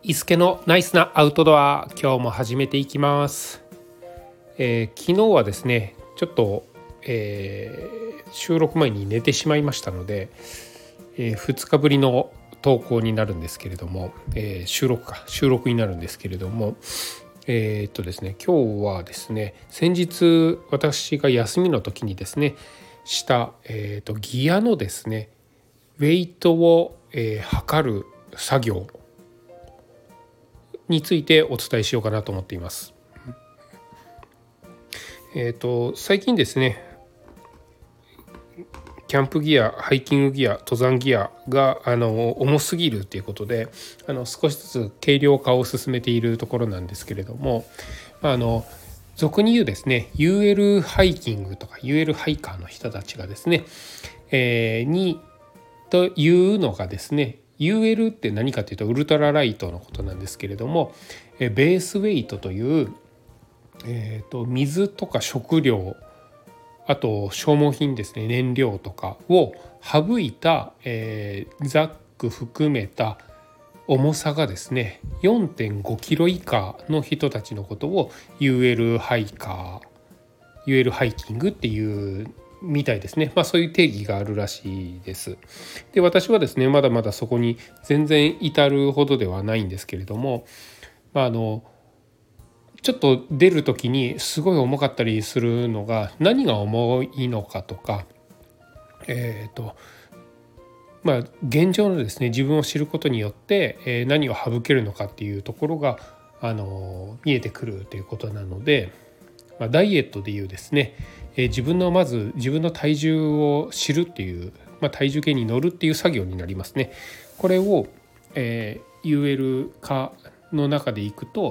伊助のナイスなアウトドア、今日も始めていきます。昨日はですねちょっと、収録前に寝てしまいましたので、2日ぶりの投稿になるんですけれども、収録になるんですけれども、ですね今日はですね先日私が休みの時にですねした、ギアのですねウェイトを、測る作業についてお伝えしようかなと思っています。最近ですねキャンプギア、ハイキングギア、登山ギアが重すぎるということで少しずつ軽量化を進めているところなんですけれども、俗に言うですね UL ハイキングとか UL ハイカーの人たちがですね、というのがですね UL って何かというとウルトラライトのことなんですけれども、ベースウェイトという、水とか食料、あと消耗品ですね燃料とかを省いた、ザック含めた重さがですね 4.5 キロ以下の人たちのことを UL ハイカー UL ハイキングっていうみたいですね。そういう定義があるらしいです。で、私はですねまだまだそこに全然至るほどではないんですけれども、ちょっと出る時にすごい重かったりするのが何が重いのかとか、現状のですね自分を知ることによって、何を省けるのかっていうところが見えてくるということなので、ダイエットでいうですね、まず自分の体重を知るっていう、体重計に乗るっていう作業になりますね。これを、UL 化の中でいくと、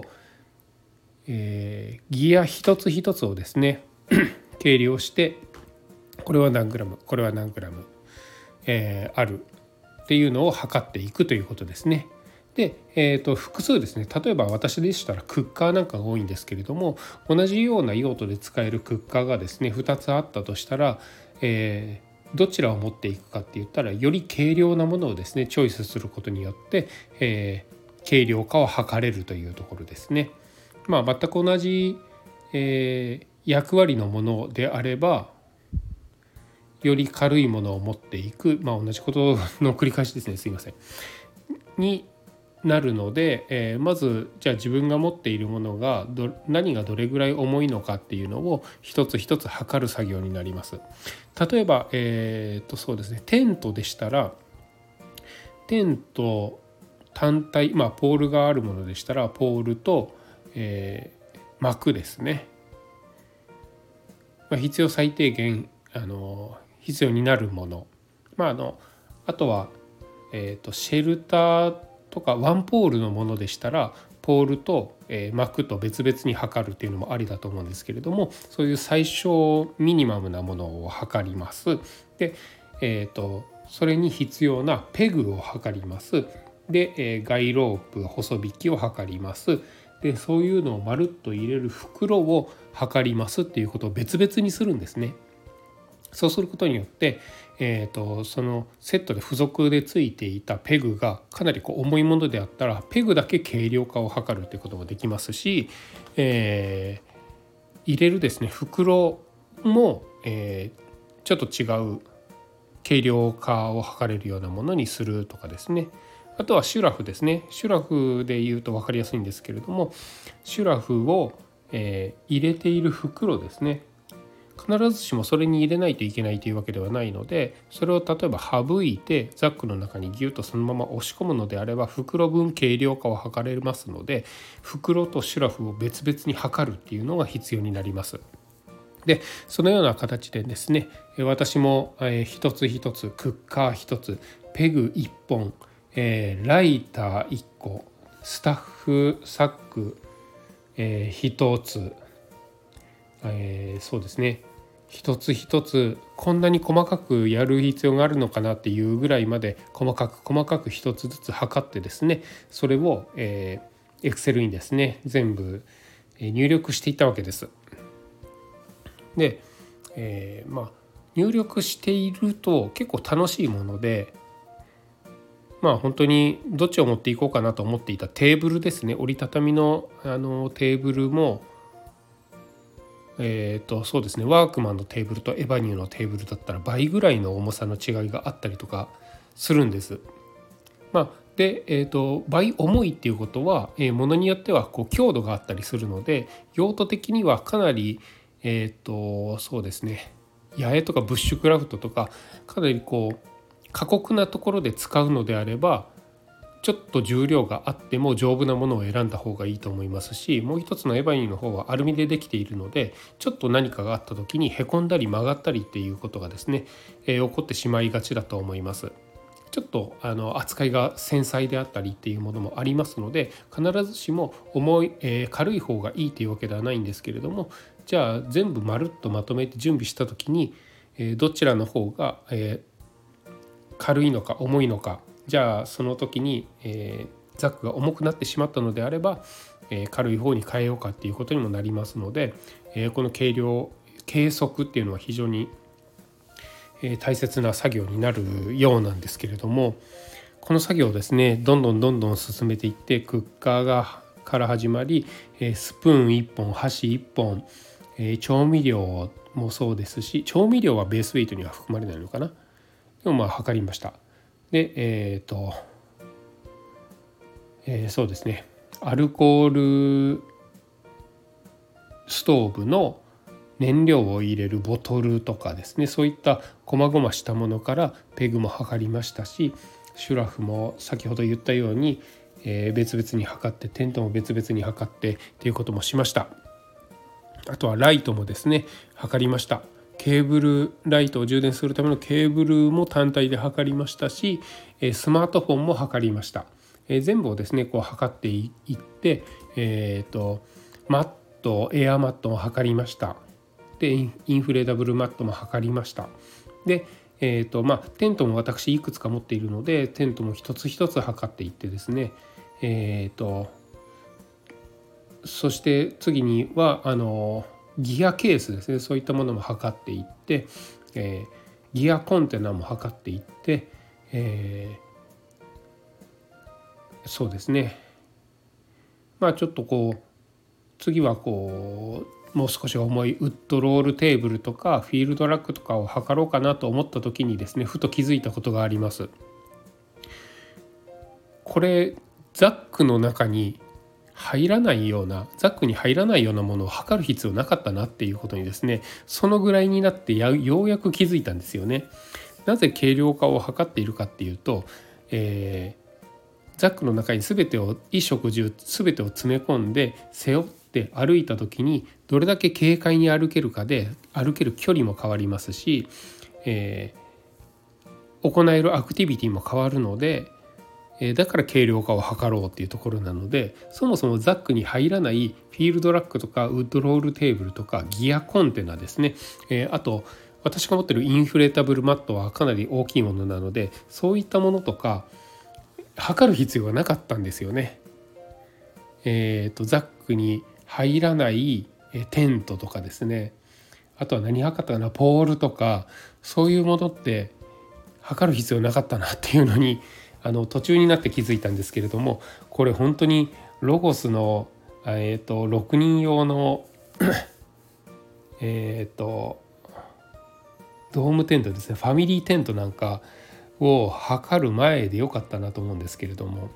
ギア一つ一つをですね計量してこれは何グラムこれは何グラム、あるっていうのを測っていくということですね。で、複数ですね例えば私でしたらクッカーなんかが多いんですけれども、同じような用途で使えるクッカーがですね2つあったとしたら、どちらを持っていくかって言ったらより軽量なものをですねチョイスすることによって、軽量化を図れるというところですね。全く同じ、役割のものであればより軽いものを持っていく、同じことの繰り返しですね、すいませんになるので、まずじゃあ自分が持っているものが何がどれぐらい重いのかっていうのを一つ一つ測る作業になります。例えば、そうですねテントでしたらテント単体、ポールがあるものでしたらポールと膜ですね、必要最低限必要になるもの、あとは、シェルターとかワンポールのものでしたらポールと、膜と別々に測るっていうのもありだと思うんですけれども、そういう最小ミニマムなものを測ります。で、それに必要なペグを測ります。で、ガイロープ細引きを測ります。でそういうのをまるっと入れる袋を測りますっていうことを別々にするんですね。そうすることによって、そのセットで付属でついていたペグがかなり重いものであったらペグだけ軽量化を図るということもできますし、入れるですね袋も、ちょっと違う軽量化を図れるようなものにするとかですね。あとはシュラフですね。シュラフで言うと分かりやすいんですけれども、シュラフを、入れている袋ですね。必ずしもそれに入れないといけないというわけではないので、それを例えば省いてザックの中にギュッとそのまま押し込むのであれば袋分軽量化を図れますので、袋とシュラフを別々に測るっていうのが必要になります。でそのような形でですね私も一つ一つクッカー一つペグ1本、ライター1個スタッフサック、1つ、そうですね一つ一つこんなに細かくやる必要があるのかなっていうぐらいまで細かく一つずつ測ってですねそれをExcel にですね全部入力していったわけです。で、入力していると結構楽しいもので、 本当にどっちを持っていこうかなと思っていたテーブルですね、折りたたみの、テーブルも、そうですね、ワークマンのテーブルとエバニューのテーブルだったら倍ぐらいの重さの違いがあったりとかするんです。で、倍重いっていうことは、ものによっては強度があったりするので、用途的にはかなり、そうですね、八重とかブッシュクラフトとかかなり過酷なところで使うのであれば、ちょっと重量があっても丈夫なものを選んだ方がいいと思いますし、もう一つのエバニーの方はアルミでできているので、ちょっと何かがあった時にへこんだり曲がったりっていうことがですね、起こってしまいがちだと思います。ちょっと扱いが繊細であったりっていうものもありますので、必ずしも軽い方がいいというわけではないんですけれども、じゃあ全部まるっとまとめて準備した時に、どちらの方が、軽いのか重いのか、じゃあその時に、ザックが重くなってしまったのであれば、軽い方に変えようかっていうことにもなりますので、この計測っていうのは非常に大切な作業になるようなんですけれども、この作業をですねどんどん進めていって、クッカーから始まり、スプーン1本箸1本、調味料もそうですし、調味料はベースウェイトには含まれないのかな、でも測りました。でそうですね、アルコールストーブの燃料を入れるボトルとかですね、そういった細々したものからペグも測りましたし、シュラフも先ほど言ったように、別々に測って、テントも別々に測ってっていうこともしました。あとはライトもですね測りました。ケーブルライトを充電するためのケーブルも単体で測りましたし、スマートフォンも測りました。全部をですね測っていって、マットエアマットも測りました。でインフレータブルマットも測りました。でテントも私いくつか持っているので、テントも一つ一つ測っていってですね、そして次にはギアケースですね、そういったものも測っていって、ギアコンテナも測っていって、そうですね、ちょっと次はもう少し重いウッドロールテーブルとかフィールドラックとかを測ろうかなと思った時にですね、ふと気づいたことがあります。これザックの中に入らないような、ザックに入らないようなものを測る必要なかったなっていうことにですね、そのぐらいになってようやく気づいたんですよね。なぜ軽量化を図っているかっていうと、ザックの中に全てを衣食住全てを詰め込んで背負って歩いた時にどれだけ軽快に歩けるかで歩ける距離も変わりますし、行えるアクティビティも変わるので、だから軽量化を図ろうっていうところなので、そもそもザックに入らないフィールドラックとかウッドロールテーブルとかギアコンテナですね、あと私が持ってるインフレータブルマットはかなり大きいものなので、そういったものとか測る必要がなかったんですよね。ザックに入らないテントとかですね、あとは何測ったかな、ポールとか、そういうものって測る必要なかったなっていうのに途中になって気づいたんですけれども、これ本当にロゴスの、6人用のドームテントですね、ファミリーテントなんかを測る前でよかったなと思うんですけれども、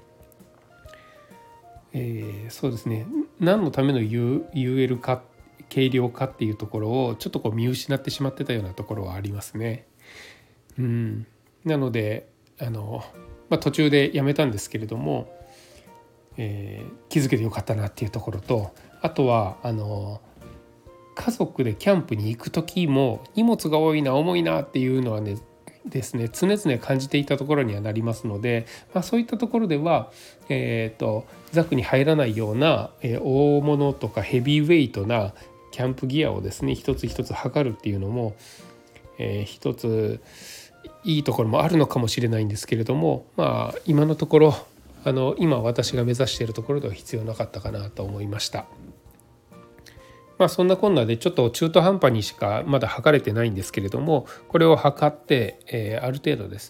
そうですね、何のための UL か軽量化っていうところをちょっと見失ってしまってたようなところはありますね。なので途中でやめたんですけれども、気づけてよかったなっていうところと、あとは家族でキャンプに行く時も荷物が多いな重いなっていうのはですね常々感じていたところにはなりますので、そういったところでは、ザックに入らないような、大物とかヘビーウェイトなキャンプギアをですね一つ一つ測るっていうのも、一ついいところもあるのかもしれないんですけれども、今のところ今私が目指しているところでは必要なかったかなと思いました。そんなこんなでちょっと中途半端にしかまだ測れてないんですけれども、これを測って、ある程度ですね、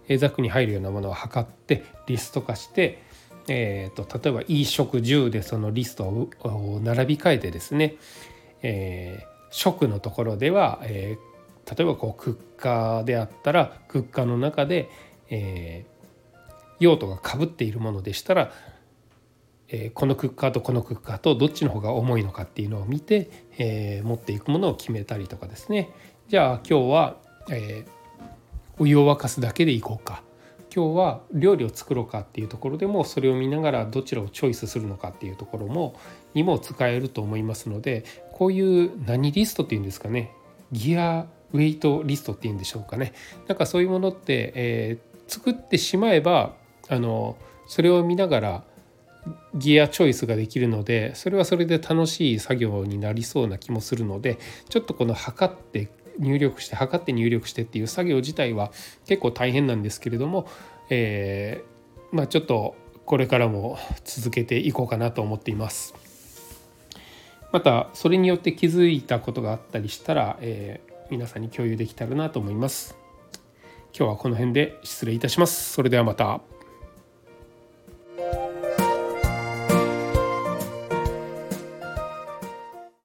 ザックに入るようなものを測ってリスト化して、例えば衣食住でそのリストを並び替えてですね、食のところでは、例えばこうクッカーであったらクッカーの中で、用途がかぶっているものでしたら、このクッカーとこのクッカーとどっちの方が重いのかっていうのを見て、持っていくものを決めたりとかですね。じゃあ今日は、お湯を沸かすだけでいこうか、今日は料理を作ろうかっていうところでもそれを見ながらどちらをチョイスするのかっていうところにも使えると思いますので、こういう何リストっていうんですかね、ギアウェイトリストっていうんでしょうかね、なんかそういうものって、作ってしまえばそれを見ながらギアチョイスができるので、それはそれで楽しい作業になりそうな気もするので、ちょっとこの測って入力してっていう作業自体は結構大変なんですけれども、ちょっとこれからも続けていこうかなと思っています。またそれによって気づいたことがあったりしたら、皆さんに共有できたらなと思います。今日はこの辺で失礼いたします。それではまた。